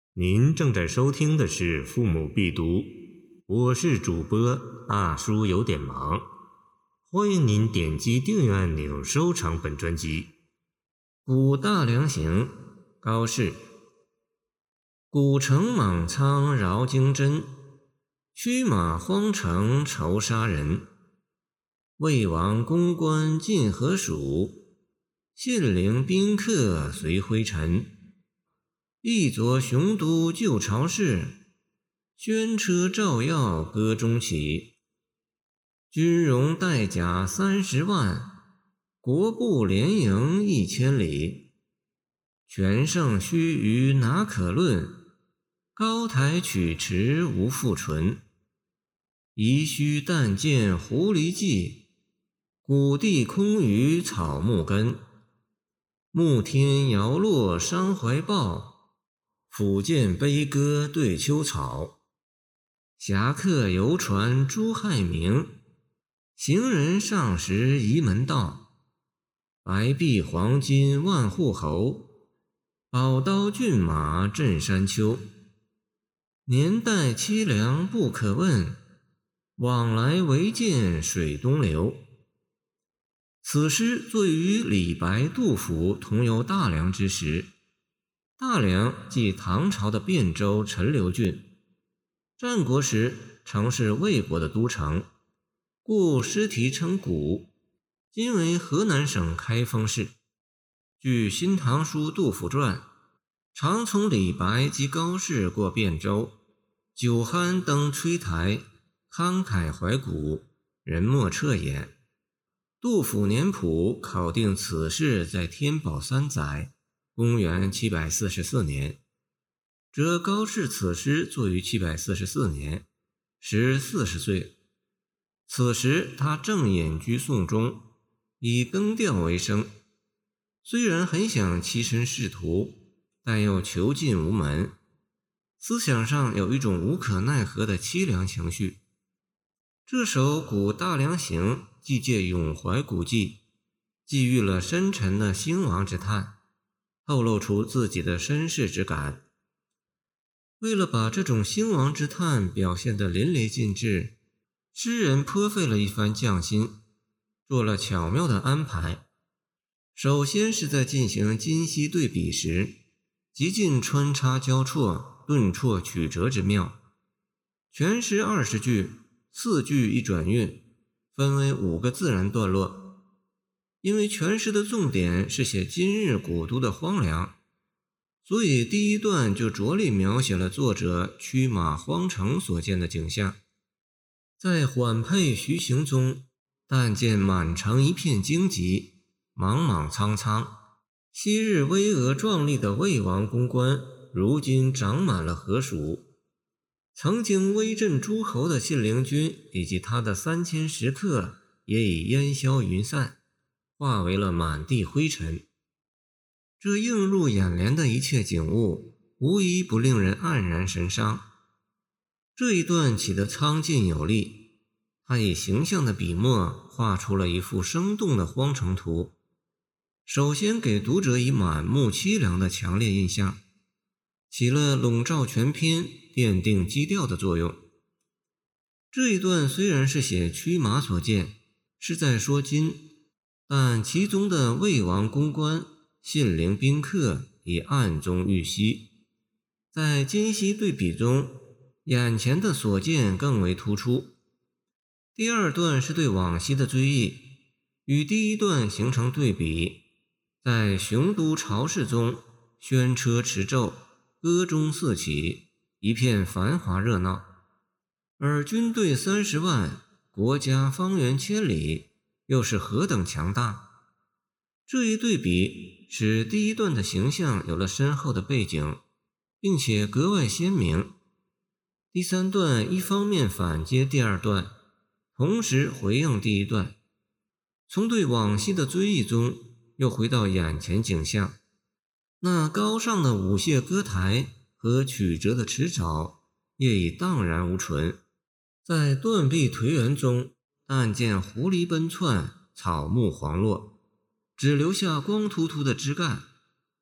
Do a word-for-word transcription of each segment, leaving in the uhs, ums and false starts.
您正在收听的是《父母必读》，我是主播大叔有点忙，欢迎您点击订阅按钮收藏本专辑。古大梁行，高适。古城莽苍饶经真，驱马荒城愁杀人。魏王公关尽何属？信陵宾客随灰尘。一左雄都旧朝事，宣车照耀歌中起。军容带甲三十万，国步连营一千里。全胜须臾哪可论？高台曲池无复存。宜须但见狐狸迹，谷地空余草木根。暮天摇落伤怀抱，抚剑悲歌对秋草。侠客游船朱亥明，行人上食夷门道。白璧黄金万户侯，宝刀骏马震山丘。年代凄凉不可问，往来唯见水东流。此诗作于李白、杜甫同游大梁之时。大梁即唐朝的汴州陈留郡，战国时曾是魏国的都城，故诗题称古，今为河南省开封市。据《新唐书·杜甫传》，常从李白及高适过汴州，酒酣登吹台，慷慨怀古，人莫测焉。杜甫年谱考定此事在天宝三载，公元七百四十四年，则高适此诗作于七百四十四年，时四十岁。此时他正隐居宋中，以耕调为生。虽然很想栖身仕途，但又囚禁无门，思想上有一种无可奈何的凄凉情绪。这首《古大梁行》既借咏怀古迹，寄寓了深沉的兴亡之叹，透露出自己的身世之感。为了把这种兴亡之叹表现得淋漓尽致，诗人颇费了一番匠心，做了巧妙的安排。首先是在进行今昔对比时，极尽穿插交错、顿挫曲折之妙。全诗二十句，四句一转韵，分为五个自然段落。因为全诗的重点是写今日古都的荒凉，所以第一段就着力描写了作者驱马荒城所见的景象。在缓配徐行中，但见满城一片荆棘，莽莽苍苍。昔日巍峨壮丽的魏王宫观，如今长满了河鼠。曾经威震诸侯的信陵君以及他的三千食客，也已烟消云散，化为了满地灰尘。这映入眼帘的一切景物，无一不令人黯然神伤。这一段起得苍劲有力，他以形象的笔墨画出了一幅生动的荒城图。首先给读者以满目凄凉的强烈印象，起了笼罩全篇、奠定基调的作用。这一段虽然是写驱马所见，是在说今，但其中的魏王公关、信陵宾客已暗中预习。在今昔对比中，眼前的所见更为突出。第二段是对往昔的追忆，与第一段形成对比。在雄都朝市中，宣车驰骤，歌中四起，一片繁华热闹。而军队三十万，国家方圆千里，又是何等强大。这一对比使第一段的形象有了深厚的背景，并且格外鲜明。第三段一方面反接第二段，同时回应第一段，从对往昔的追忆中又回到眼前景象。那高尚的舞榭歌台和曲折的池沼也已荡然无存。在断壁颓垣中，但见狐狸奔窜，草木黄落，只留下光秃秃的枝干。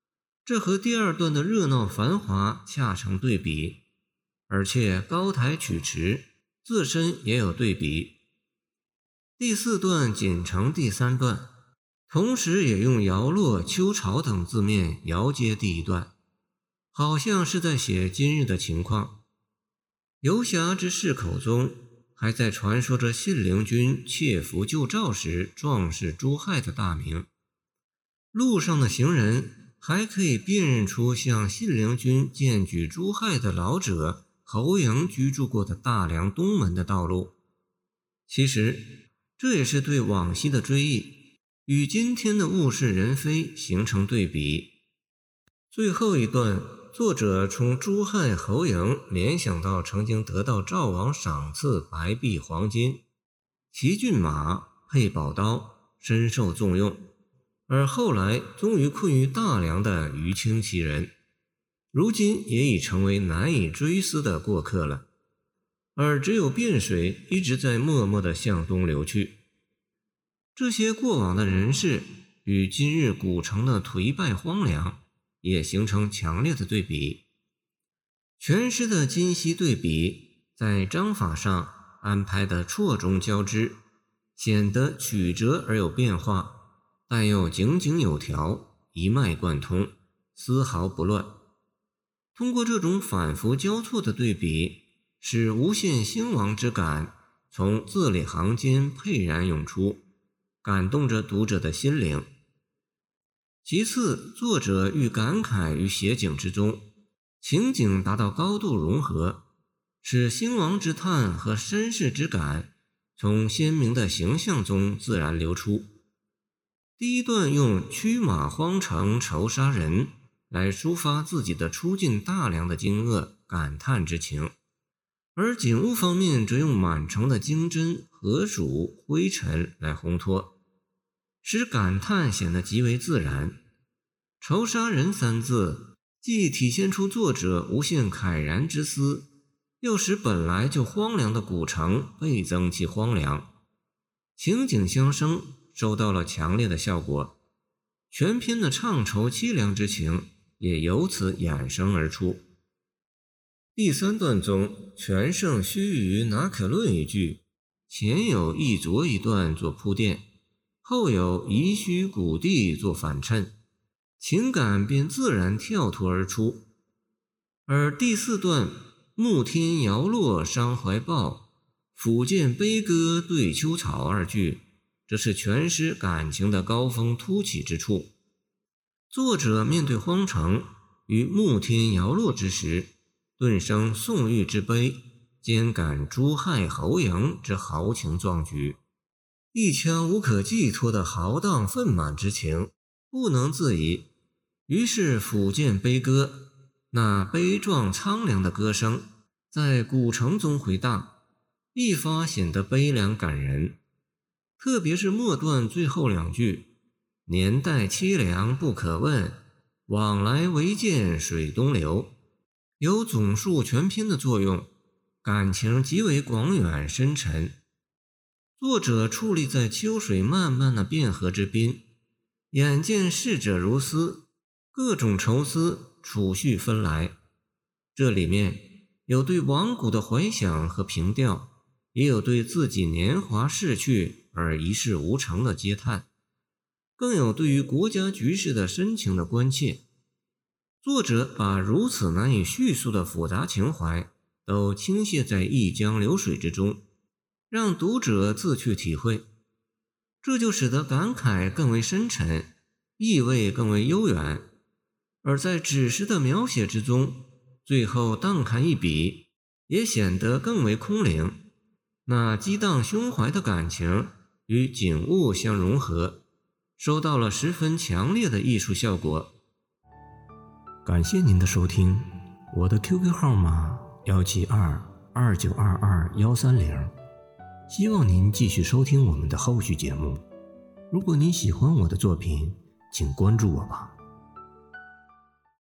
这和第二段的热闹繁华恰成对比，而且高台曲池自身也有对比。第四段仅成第三段，同时也用摇落、秋潮等字面遥接第一段，好像是在写今日的情况。游侠之士口中还在传说着信陵君窃符救赵时壮士朱亥的大名，路上的行人还可以辨认出像信陵君荐举朱亥的老者侯嬴居住过的大梁东门的道路。其实这也是对往昔的追忆，与今天的物是人非形成对比。最后一段，作者从朱亥、侯嬴联想到曾经得到赵王赏赐白璧黄金，骑骏马，配宝刀，深受重用，而后来终于困于大梁的于青其人，如今也已成为难以追思的过客了。而只有汴水一直在默默地向东流去。这些过往的人事与今日古城的颓败荒凉也形成强烈的对比。全诗的今昔对比在章法上安排的错综交织，显得曲折而有变化，但又井井有条，一脉贯通，丝毫不乱。通过这种反复交错的对比，使无限兴亡之感从字里行间沛然涌出，感动着读者的心灵。其次，作者欲感慨于写景之中，情景达到高度融合，使兴亡之叹和身世之感从鲜明的形象中自然流出。第一段用驱马荒城愁杀人来抒发自己的出尽大梁的惊愕感叹之情，而景物方面则用满城的金针、河鼠、灰尘来烘托，使感叹显得极为自然。愁杀人三字既体现出作者无限慨然之思，又使本来就荒凉的古城倍增其荒凉，情景相生，收到了强烈的效果。全篇的怅愁凄凉之情也由此衍生而出。第三段中全胜须臾哪可论一句，前有一着一段做铺垫，后有宜虚古地做反衬，情感便自然跳脱而出。而第四段暮天摇落伤怀抱，抚剑悲歌对秋草二句，这是全诗感情的高峰突起之处。作者面对荒城于暮天摇落之时，顿生宋玉之悲，兼感朱亥侯嬴之豪情壮举，一腔无可寄托的豪荡愤满之情不能自已，于是抚剑悲歌，那悲壮苍凉的歌声在古城中回荡，一发显得悲凉感人。特别是末段最后两句，年代凄凉不可问，往来唯见水东流，有总述全篇的作用，感情极为广远深沉。作者矗立在秋水漫漫的汴河之滨，眼见逝者如斯，各种愁思储蓄分来。这里面有对亡古的怀想和凭吊，也有对自己年华逝去而一事无成的嗟叹，更有对于国家局势的深情的关切。作者把如此难以叙述的复杂情怀都倾泻在一江流水之中，让读者自去体会，这就使得感慨更为深沉，意味更为悠远。而在纸实的描写之中，最后荡看一笔，也显得更为空灵，那激荡胸怀的感情与景物相融合，收到了十分强烈的艺术效果。 感谢您的收听，我的 Q Q 号码一七二二九二二一三零，希望您继续收听我们的后续节目。如果您喜欢我的作品，请关注我吧。